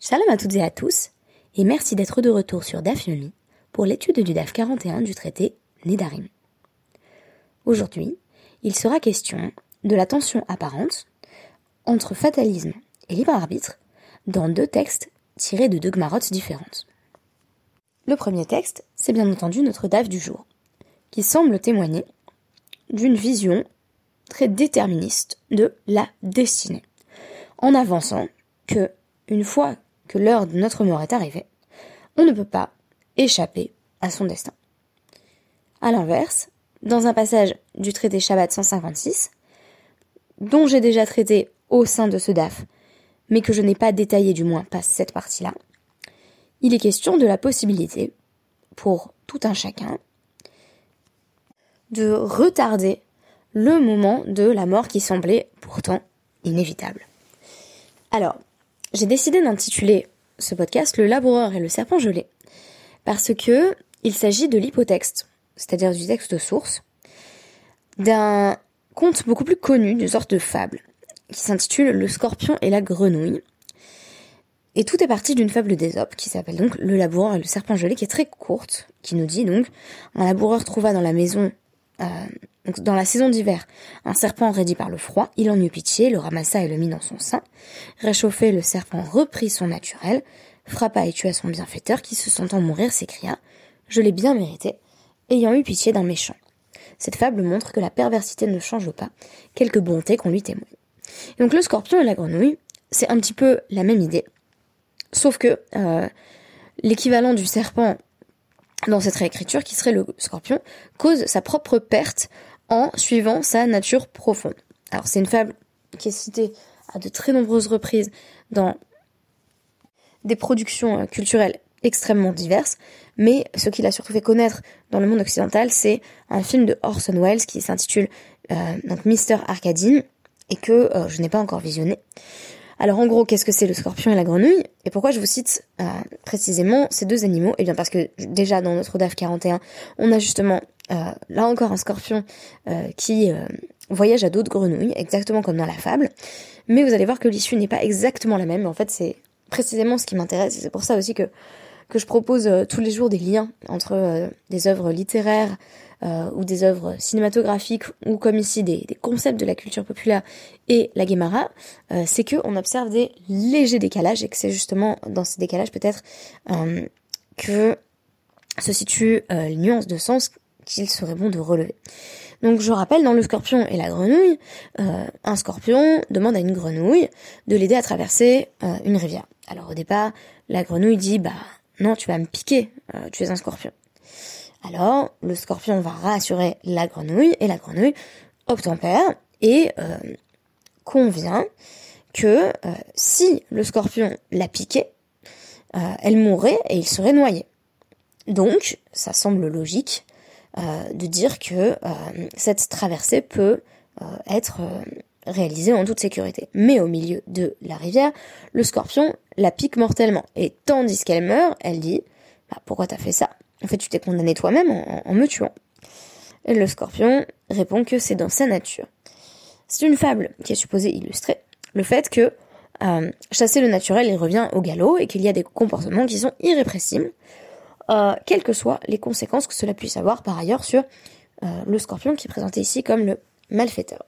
Shalom à toutes et à tous, et merci d'être de retour sur DAF Yomi pour l'étude du DAF 41 du traité Nedarim. Aujourd'hui, il sera question de la tension apparente entre fatalisme et libre arbitre dans deux textes tirés de deux Gemarotes différentes. Le premier texte, c'est bien entendu notre DAF du jour, qui semble témoigner d'une vision très déterministe de la destinée, en avançant que, une fois que l'heure de notre mort est arrivée, on ne peut pas échapper à son destin. À l'inverse, dans un passage du traité Shabbat 156, dont j'ai déjà traité au sein de ce DAF, mais que je n'ai pas détaillé, du moins pas cette partie-là, il est question de la possibilité, pour tout un chacun, de retarder le moment de la mort qui semblait pourtant inévitable. Alors, j'ai décidé d'intituler ce podcast « Le laboureur et le serpent gelé » parce que il s'agit de l'hypotexte, c'est-à-dire du texte source, d'un conte beaucoup plus connu, d'une sorte de fable, qui s'intitule « Le scorpion et la grenouille ». Et tout est parti d'une fable d'Ésope qui s'appelle donc « Le laboureur et le serpent gelé » qui est très courte, qui nous dit donc « Un laboureur trouva dans la maison... Donc, dans la saison d'hiver, un serpent raidi par le froid, il en eut pitié, le ramassa et le mit dans son sein. Réchauffé, le serpent reprit son naturel, frappa et tua son bienfaiteur, qui se sentant mourir s'écria « Je l'ai bien mérité, ayant eu pitié d'un méchant. » Cette fable montre que la perversité ne change pas, quelque bonté qu'on lui témoigne. Et donc le scorpion et la grenouille, c'est un petit peu la même idée, sauf que l'équivalent du serpent dans cette réécriture, qui serait le scorpion, cause sa propre perte en suivant sa nature profonde. Alors c'est une fable qui est citée à de très nombreuses reprises dans des productions culturelles extrêmement diverses, mais ce qui l'a surtout fait connaître dans le monde occidental, c'est un film de Orson Welles qui s'intitule donc Mr. Arkadine, et que je n'ai pas encore visionné. Alors en gros, qu'est-ce que c'est le scorpion et la grenouille? Et pourquoi je vous cite précisément ces deux animaux? Eh bien parce que déjà dans notre DAF 41, on a justement là encore un scorpion qui voyage à dos de grenouilles, exactement comme dans la fable. Mais vous allez voir que l'issue n'est pas exactement la même. En fait, c'est précisément ce qui m'intéresse. Et c'est pour ça aussi que je propose tous les jours des liens entre des œuvres littéraires ou des œuvres cinématographiques, ou comme ici des concepts de la culture populaire et la Guémara, c'est qu'on observe des légers décalages, et que c'est justement dans ces décalages peut-être que se situe les nuances de sens qu'il serait bon de relever. Donc je rappelle, dans le scorpion et la grenouille, un scorpion demande à une grenouille de l'aider à traverser une rivière. Alors au départ, la grenouille dit « Bah non, tu vas me piquer, tu es un scorpion ». Alors, le scorpion va rassurer la grenouille, et la grenouille obtempère et convient que si le scorpion la piquait, elle mourrait et il serait noyé. Donc, ça semble logique de dire que cette traversée peut être réalisée en toute sécurité. Mais au milieu de la rivière, le scorpion la pique mortellement. Et tandis qu'elle meurt, elle dit « Pourquoi t'as fait ça ? En fait, tu t'es condamné toi-même en me tuant. » Et le scorpion répond que c'est dans sa nature. C'est une fable qui est supposée illustrer le fait que chasser le naturel, il revient au galop, et qu'il y a des comportements qui sont irrépressibles, quelles que soient les conséquences que cela puisse avoir par ailleurs sur le scorpion qui est présenté ici comme le malfaiteur.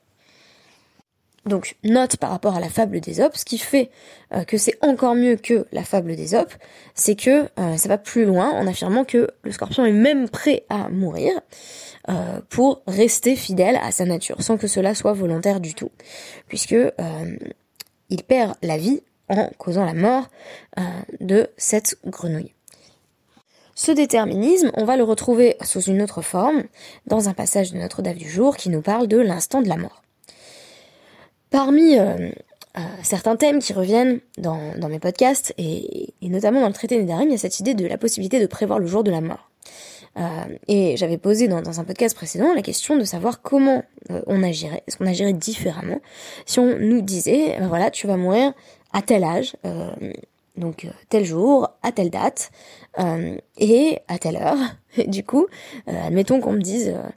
Donc, note par rapport à la fable d'Ésope, ce qui fait que c'est encore mieux que la fable d'Ésope, c'est que ça va plus loin en affirmant que le scorpion est même prêt à mourir pour rester fidèle à sa nature, sans que cela soit volontaire du tout, puisque il perd la vie en causant la mort de cette grenouille. Ce déterminisme, on va le retrouver sous une autre forme dans un passage de notre DAF du jour qui nous parle de l'instant de la mort. Parmi certains thèmes qui reviennent dans mes podcasts, et notamment dans le traité Nedarim, il y a cette idée de la possibilité de prévoir le jour de la mort. Et j'avais posé dans un podcast précédent la question de savoir comment on agirait. Est-ce qu'on agirait différemment si on nous disait, voilà, tu vas mourir à tel âge, donc tel jour, à telle date, et à telle heure. Et du coup, admettons qu'on me dise...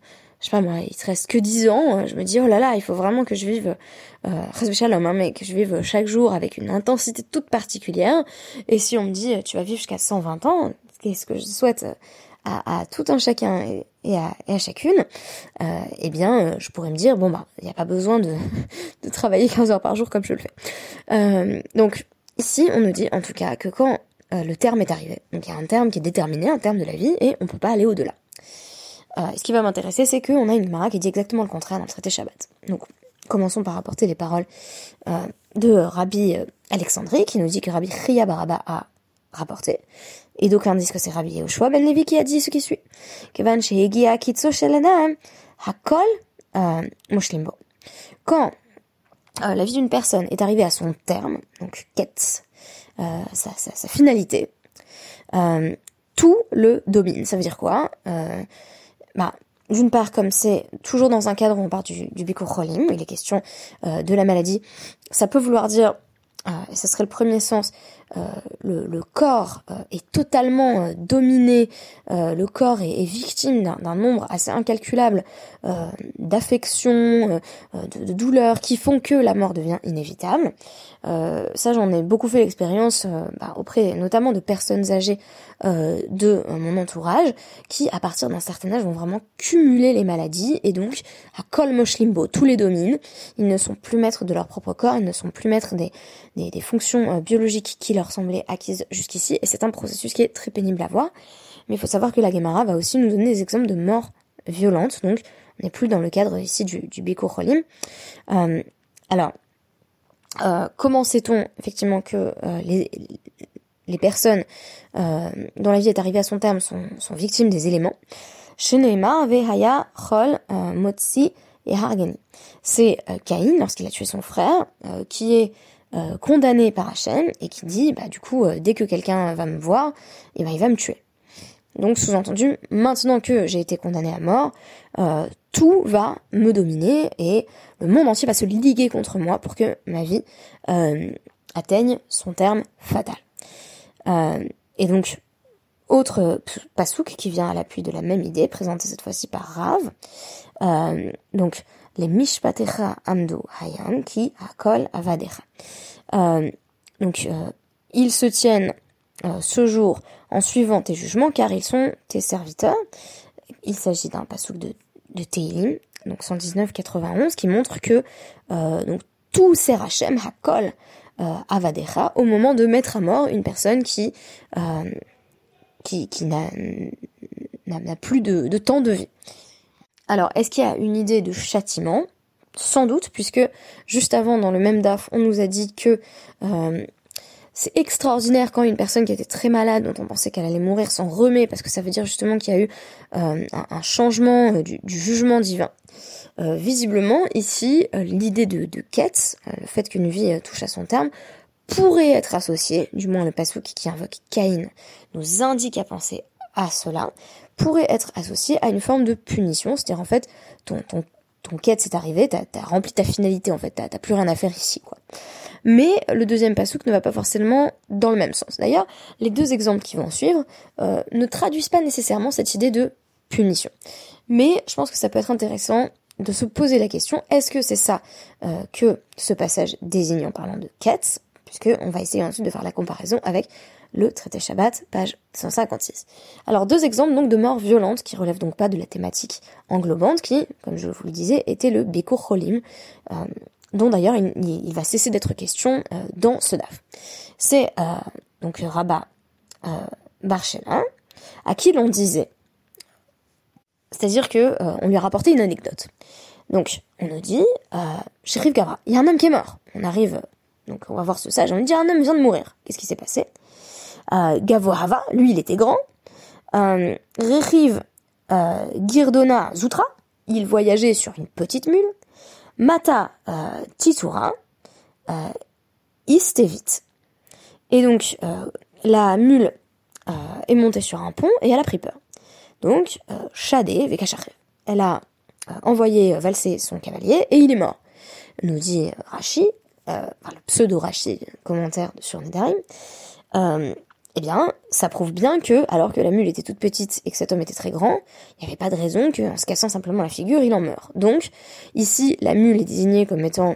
je sais pas moi, il te reste que 10 ans, je me dis, oh là là, il faut vraiment que je vive, Chas Shalom, hein, mais que je vive chaque jour avec une intensité toute particulière. Et si on me dit, tu vas vivre jusqu'à 120 ans, qu'est-ce que je souhaite à tout un chacun et à chacune, eh bien, je pourrais me dire, bon bah, il n'y a pas besoin de travailler 15 heures par jour comme je le fais. Donc, ici, on nous dit, en tout cas, que quand le terme est arrivé, donc il y a un terme qui est déterminé, un terme de la vie, et on peut pas aller au-delà. Ce qui va m'intéresser, c'est qu'on a une Gemara qui dit exactement le contraire dans le traité Shabbat. Donc, commençons par rapporter les paroles de Rabbi Alexandrie, qui nous dit que Rabbi Chia Baraba a rapporté. Et d'aucuns disent que c'est Rabbi Yehoshua ben Levi qui a dit ce qui suit. Kevan shehegia kitso shel adam hakol moshlimbo. Quand la vie d'une personne est arrivée à son terme, donc ketz, sa finalité, tout le domine. Ça veut dire quoi? D'une part, comme c'est toujours dans un cadre où on parle du Bikur Cholim, il est question de la maladie, ça peut vouloir dire, et ce serait le premier sens, le corps est totalement dominé, le corps est victime d'un nombre assez incalculable d'affections, de douleurs qui font que la mort devient inévitable. Ça, j'en ai beaucoup fait l'expérience auprès notamment de personnes âgées de mon entourage qui, à partir d'un certain âge, vont vraiment cumuler les maladies et donc, à kol moshlimbo, tous les dominent. Ils ne sont plus maîtres de leur propre corps, ils ne sont plus maîtres des fonctions biologiques qui leur semblaient acquises jusqu'ici, et c'est un processus qui est très pénible à voir. Mais il faut savoir que la Gemara va aussi nous donner des exemples de morts violentes, donc on n'est plus dans le cadre ici du Bikur Cholim. Comment sait-on effectivement que les personnes dont la vie est arrivée à son terme sont victimes des éléments? Sheneimar vehaya chol motzi et hargani. C'est Caïn, lorsqu'il a tué son frère, qui est condamné par Hachem et qui dit, du coup, dès que quelqu'un va me voir, il va me tuer. Donc, sous-entendu, maintenant que j'ai été condamné à mort, tout va me dominer et le monde entier va se liguer contre moi pour que ma vie atteigne son terme fatal. Et donc, autre pasouk qui vient à l'appui de la même idée, présenté cette fois-ci par Rav. Donc, les mishpatecha amdu hayam ki hakol avadecha. Donc, ils se tiennent ce jour en suivant tes jugements, car ils sont tes serviteurs. Il s'agit d'un pasouk de Tehillim, donc 119-91, qui montre que donc tout sert Hachem hakol avadecha au moment de mettre à mort une personne qui n'a plus de temps de vie. Alors, est-ce qu'il y a une idée de châtiment? Sans doute, puisque juste avant, dans le même DAF, on nous a dit que c'est extraordinaire quand une personne qui était très malade, dont on pensait qu'elle allait mourir, s'en remet, parce que ça veut dire justement qu'il y a eu un changement du jugement divin. Visiblement, ici, l'idée de Ketz, le fait qu'une vie touche à son terme, pourrait être associée, du moins le passouk qui invoque Caïn nous indique à penser à cela, pourrait être associé à une forme de punition, c'est-à-dire en fait, ton quête s'est arrivé, t'as rempli ta finalité en fait, t'as plus rien à faire ici, quoi. Mais le deuxième pasouk ne va pas forcément dans le même sens. D'ailleurs, les deux exemples qui vont suivre ne traduisent pas nécessairement cette idée de punition. Mais je pense que ça peut être intéressant de se poser la question, est-ce que c'est ça que ce passage désigne en parlant de quête, puisque on va essayer ensuite de faire la comparaison avec le traité Shabbat, page 156. Alors, deux exemples donc de morts violentes qui relèvent donc pas de la thématique englobante qui, comme je vous le disais, était le Bikur Cholim, dont d'ailleurs il va cesser d'être question dans ce DAF. C'est donc Rabba Bar Shela, à qui l'on disait, c'est-à-dire que on lui a rapporté une anecdote. Donc, on nous dit, chez Riv Gavra, il y a un homme qui est mort. On arrive, donc on va voir ce sage, on nous dit, un homme vient de mourir. Qu'est-ce qui s'est passé? Gavohava, lui il était grand. Rechiv Girdona Zoutra, il voyageait sur une petite mule. Mata Titura Istevit. Et donc la mule est montée sur un pont et elle a pris peur. Donc Shadé Vekashachrev. Elle a envoyé valser son cavalier et il est mort. Nous dit Rashi, le pseudo Rashi, commentaire sur Nedarim. eh bien, ça prouve bien que, alors que la mule était toute petite et que cet homme était très grand, il n'y avait pas de raison qu'en se cassant simplement la figure, il en meure. Donc, ici, la mule est désignée comme étant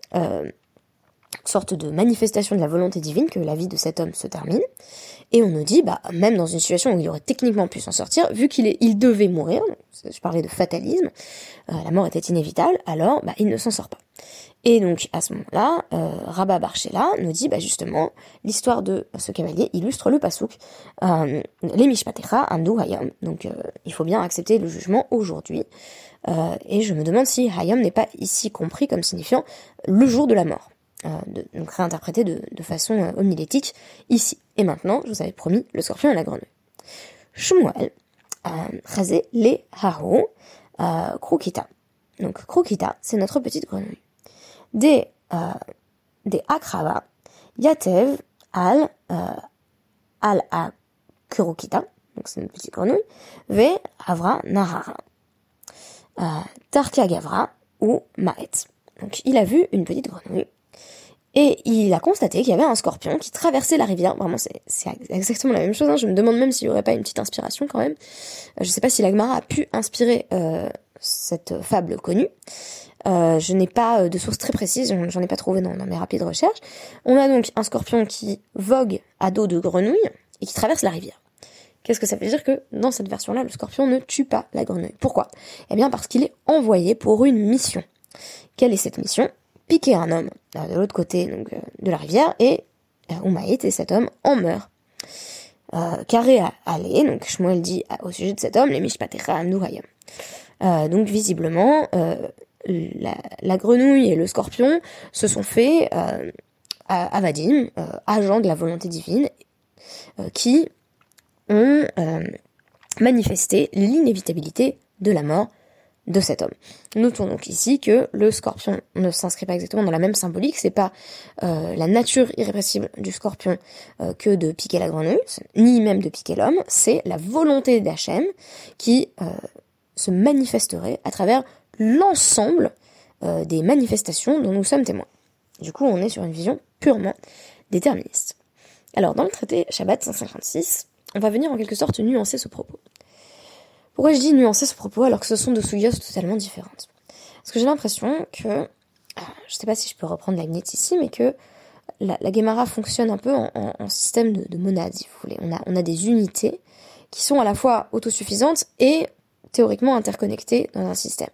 sorte de manifestation de la volonté divine que la vie de cet homme se termine. Et on nous dit, même dans une situation où il aurait techniquement pu s'en sortir, vu il devait mourir, je parlais de fatalisme, la mort était inévitable, alors il ne s'en sort pas. Et donc à ce moment-là, Rabba bar Shela nous dit justement, l'histoire de ce cavalier illustre le pasouk, les mishpatecha amdu hayam. Donc il faut bien accepter le jugement aujourd'hui. Et je me demande si hayam n'est pas ici compris comme signifiant le jour de la mort. Donc réinterprété de façon homilétique ici. Et maintenant, je vous avais promis le scorpion et la grenouille. Shmuel, chazé le haro, krukita. Donc krukita, c'est notre petite grenouille. Des akrava, yatev al krukita, donc c'est une petite grenouille, ve avra narara. Tarka gavra ou maet. Donc il a vu une petite grenouille. Et il a constaté qu'il y avait un scorpion qui traversait la rivière. Vraiment, c'est exactement la même chose. Je me demande même s'il n'y aurait pas une petite inspiration quand même. Je sais pas si la Gemara a pu inspirer cette fable connue. Je n'ai pas de source très précise, j'en ai pas trouvé dans mes rapides recherches. On a donc un scorpion qui vogue à dos de grenouille et qui traverse la rivière. Qu'est-ce que ça veut dire que dans cette version-là, le scorpion ne tue pas la grenouille? Pourquoi? Eh bien parce qu'il est envoyé pour une mission. Quelle est cette mission? Piquer un homme de l'autre côté de la rivière et Umaït et cet homme en meurt. Carré à aller, donc Shmuel dit au sujet de cet homme, les mishpatecha amdu hayam. Donc visiblement, la grenouille et le scorpion se sont fait avadim, agents de la volonté divine, qui ont manifesté l'inévitabilité de la mort de cet homme. Notons donc ici que le scorpion ne s'inscrit pas exactement dans la même symbolique, c'est pas la nature irrépressible du scorpion que de piquer la grenouille, ni même de piquer l'homme, c'est la volonté d'Hachem qui se manifesterait à travers l'ensemble des manifestations dont nous sommes témoins. Du coup, on est sur une vision purement déterministe. Alors, dans le traité Shabbat 156, on va venir en quelque sorte nuancer ce propos. Pourquoi je dis nuancer ce propos alors que ce sont deux sugiyot totalement différentes? Parce que j'ai l'impression que, je sais pas si je peux reprendre la Leibniz ici, mais que la Gemara fonctionne un peu en système de monades, si vous voulez. On a des unités qui sont à la fois autosuffisantes et théoriquement interconnectées dans un système.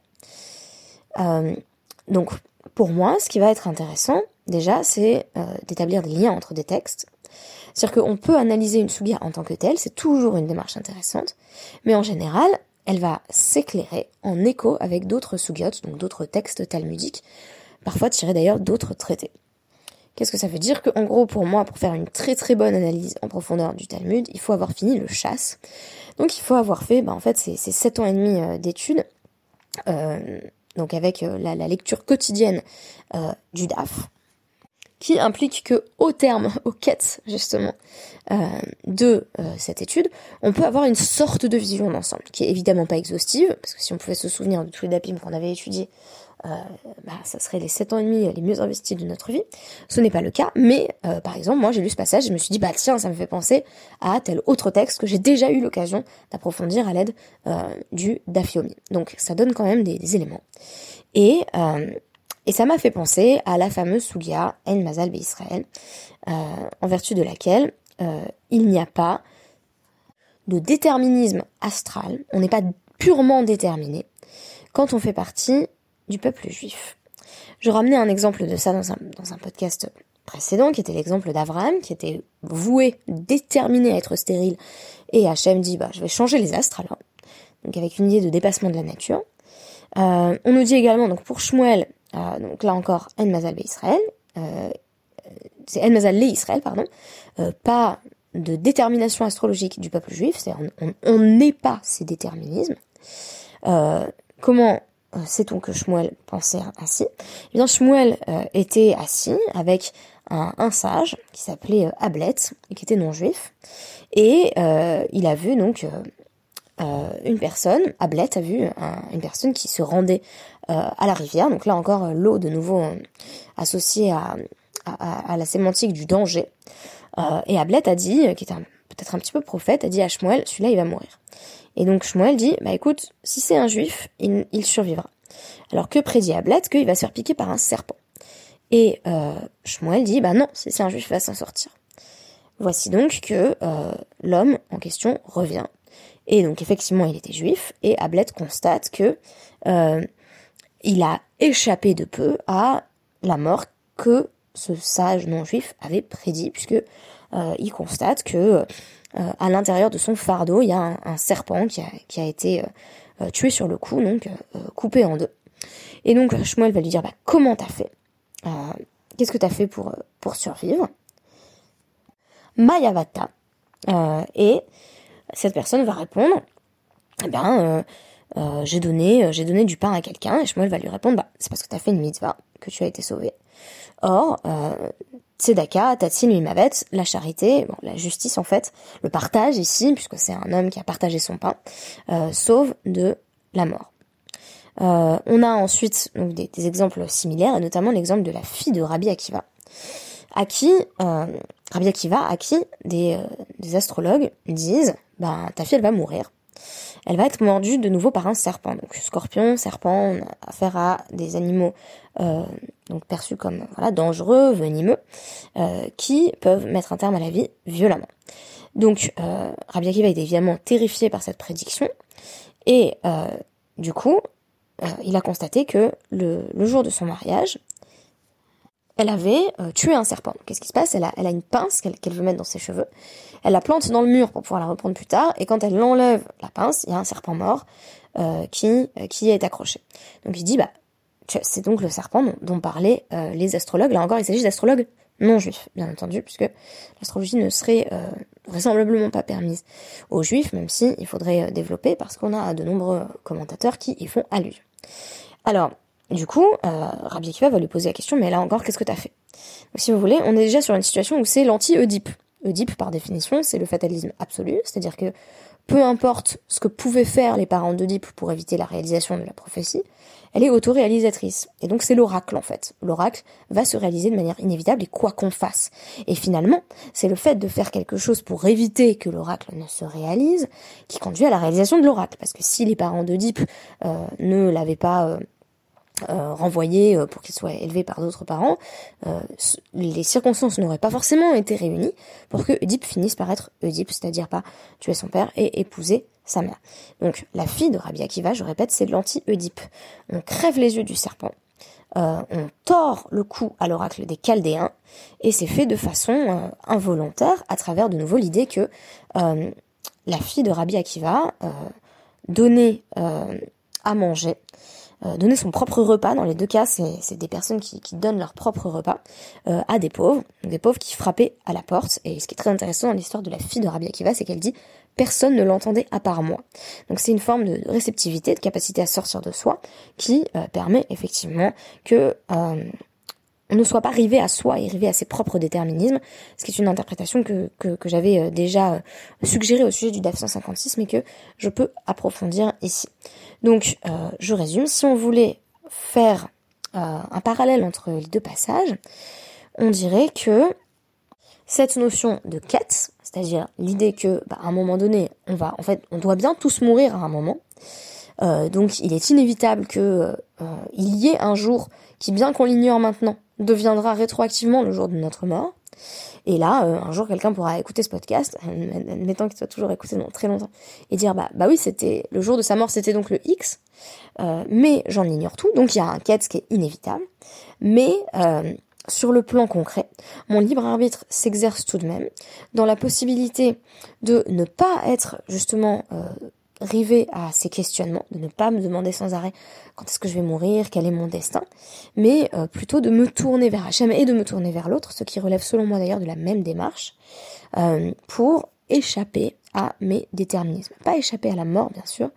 Donc, pour moi, ce qui va être intéressant, déjà, c'est d'établir des liens entre des textes. C'est-à-dire qu'on peut analyser une sugya en tant que telle, c'est toujours une démarche intéressante, mais en général, elle va s'éclairer en écho avec d'autres sugyot, donc d'autres textes talmudiques, parfois tirés d'ailleurs d'autres traités. Qu'est-ce que ça veut dire? En gros, pour moi, pour faire une très très bonne analyse en profondeur du Talmud, il faut avoir fini le chasse. Donc il faut avoir fait, ces 7 ans et demi d'études, donc avec la lecture quotidienne du DAF, qui implique que au quête justement de cette étude, on peut avoir une sorte de vision d'ensemble, qui est évidemment pas exhaustive, parce que si on pouvait se souvenir de tous les dapim qu'on avait étudiés, ça serait les 7 ans et demi les mieux investis de notre vie. Ce n'est pas le cas, mais par exemple, moi j'ai lu ce passage, je me suis dit, tiens, ça me fait penser à tel autre texte que j'ai déjà eu l'occasion d'approfondir à l'aide du Daf Yomi. Donc ça donne quand même des éléments. Et ça m'a fait penser à la fameuse Sugya En Mazal Be'Israël, en vertu de laquelle il n'y a pas de déterminisme astral, on n'est pas purement déterminé quand on fait partie du peuple juif. Je ramenais un exemple de ça dans un podcast précédent, qui était l'exemple d'Abraham, qui était voué, déterminé à être stérile, et Hachem dit, je vais changer les astres alors, donc avec une idée de dépassement de la nature. On nous dit également, donc pour Shmuel, donc là encore, En Mazal Be'Israël, c'est En Mazal Le'Israël, pardon, pas de détermination astrologique du peuple juif, c'est-à-dire on n'est pas ces déterminismes. Comment sait-on que Shmuel pensait ainsi? Eh bien, Shmuel était assis avec un sage qui s'appelait Ablet, et qui était non-juif, et il a vu donc une personne, Ablet a vu une personne qui se rendait à la rivière, donc là encore l'eau de nouveau associée à la sémantique du danger, Et Ablet a dit, qui était peut-être un petit peu prophète, a dit à Shmuel, celui-là il va mourir. Et donc Shmuel dit, bah écoute, si c'est un juif, il survivra. Alors que prédit Ablet? Qu'il va se faire piquer par un serpent. Et Shmuel dit, bah non, si c'est un juif, il va s'en sortir. Voici donc que l'homme en question revient. Et donc effectivement, il était juif, et Ablet constate que il a échappé de peu à la mort que ce sage non-juif avait prédit, puisque il constate que à l'intérieur de son fardeau, il y a un serpent qui a été tué sur le coup, donc coupé en deux. Et donc Shmuel va lui dire, bah comment t'as fait? Qu'est-ce que t'as fait pour survivre? Mayavata. Et cette personne va répondre, eh ben, j'ai donné du pain à quelqu'un, et Shmuel va lui répondre, bah, c'est parce que t'as fait une mitzvah que tu as été sauvé. Or, tzedaka, tatzin mimavet, la charité, bon, la justice en fait, le partage ici, puisque c'est un homme qui a partagé son pain, sauve de la mort. On a ensuite donc, des exemples similaires, et notamment l'exemple de la fille de Rabbi Akiva, à qui des astrologues disent, bah, ta fille elle va mourir. Elle va être mordue de nouveau par un serpent. Donc scorpion, serpent, on a affaire à des animaux donc perçus comme dangereux, venimeux, qui peuvent mettre un terme à la vie violemment. Donc Rabbi Akiva est évidemment terrifié par cette prédiction, et du coup, il a constaté que le jour de son mariage, elle avait tué un serpent. Qu'est-ce qui se passe? Elle a une pince qu'elle veut mettre dans ses cheveux. Elle la plante dans le mur pour pouvoir la reprendre plus tard. Et quand elle enlève la pince, il y a un serpent mort qui est accroché. Donc il dit, bah, c'est donc le serpent dont parlaient les astrologues. Là encore, il s'agit d'astrologues non juifs, bien entendu, puisque l'astrologie ne serait vraisemblablement pas permise aux juifs, même si il faudrait développer, parce qu'on a de nombreux commentateurs qui y font allusion. Alors, du coup, Rabbi Akiva va lui poser la question, mais là encore, qu'est-ce que t'as fait? Donc si vous voulez, on est déjà sur une situation où c'est l'anti-Oedipe. Oedipe, par définition, c'est le fatalisme absolu, c'est-à-dire que peu importe ce que pouvaient faire les parents d'Oedipe pour éviter la réalisation de la prophétie, elle est autoréalisatrice. Et donc c'est l'oracle, en fait. L'oracle va se réaliser de manière inévitable, et quoi qu'on fasse. Et finalement, c'est le fait de faire quelque chose pour éviter que l'oracle ne se réalise qui conduit à la réalisation de l'oracle. Parce que si les parents d'Oedipe ne l'avaient pas renvoyé pour qu'il soit élevé par d'autres parents, les circonstances n'auraient pas forcément été réunies pour que Oedipe finisse par être Oedipe, c'est-à-dire pas tuer son père et épouser sa mère. Donc la fille de Rabbi Akiva, je répète, c'est de l'anti-Oedipe. On crève les yeux du serpent, on tord le cou à l'oracle des Chaldéens, et c'est fait de façon involontaire à travers de nouveau l'idée que la fille de Rabbi Akiva donnait à manger, donner son propre repas. Dans les deux cas, c'est des personnes qui donnent leur propre repas à des pauvres qui frappaient à la porte. Et ce qui est très intéressant dans l'histoire de la fille de Rabbi Akiva, c'est qu'elle dit « personne ne l'entendait à part moi ». Donc c'est une forme de réceptivité, de capacité à sortir de soi, qui permet effectivement que on ne soit pas rivé à soi et rivé à ses propres déterminismes, ce qui est une interprétation que j'avais déjà suggérée au sujet du DAF 156, mais que je peux approfondir ici. Donc, je résume, si on voulait faire un parallèle entre les deux passages, on dirait que cette notion de quête, c'est-à-dire l'idée que, à un moment donné, on doit bien tous mourir à un moment, donc il est inévitable que il y ait un jour qui, bien qu'on l'ignore maintenant, deviendra rétroactivement le jour de notre mort. Et là, un jour, quelqu'un pourra écouter ce podcast, admettant qu'il soit toujours écouté dans très longtemps, et dire, bah oui, c'était le jour de sa mort, c'était donc le X, mais j'en ignore tout, donc il y a un quête qui est inévitable, mais sur le plan concret, mon libre arbitre s'exerce tout de même dans la possibilité de ne pas être justement rivé à ces questionnements, de ne pas me demander sans arrêt quand est-ce que je vais mourir, quel est mon destin, mais plutôt de me tourner vers Hachem et de me tourner vers l'autre, ce qui relève selon moi d'ailleurs de la même démarche, pour échapper à mes déterminismes. Pas échapper à la mort, bien sûr,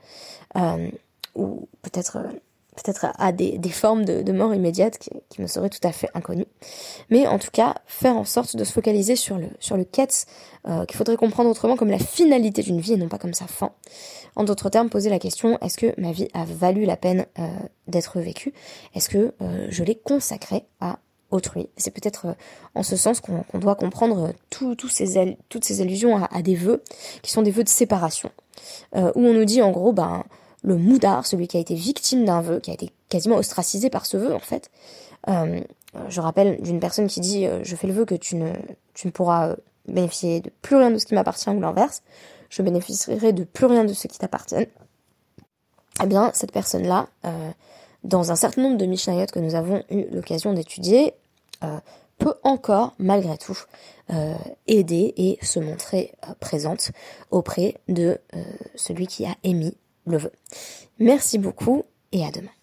ou peut-être à des formes de mort immédiate qui me seraient tout à fait inconnues. Mais en tout cas, faire en sorte de se focaliser sur le ketz, qu'il faudrait comprendre autrement comme la finalité d'une vie et non pas comme sa fin. En d'autres termes, poser la question, est-ce que ma vie a valu la peine d'être vécue? Est-ce que je l'ai consacrée à autrui. C'est peut-être en ce sens qu'on doit comprendre toutes ces allusions à des vœux, qui sont des vœux de séparation, où on nous dit en gros, le moudar, celui qui a été victime d'un vœu, qui a été quasiment ostracisé par ce vœu en fait. Je rappelle d'une personne qui dit je fais le vœu que tu ne pourras bénéficier de plus rien de ce qui m'appartient ou l'inverse, je bénéficierai de plus rien de ce qui t'appartient. Eh bien, cette personne-là, dans un certain nombre de Mishnayot que nous avons eu l'occasion d'étudier, peut encore, malgré tout, aider et se montrer présente auprès de celui qui a émis le vœu. Merci beaucoup et à demain.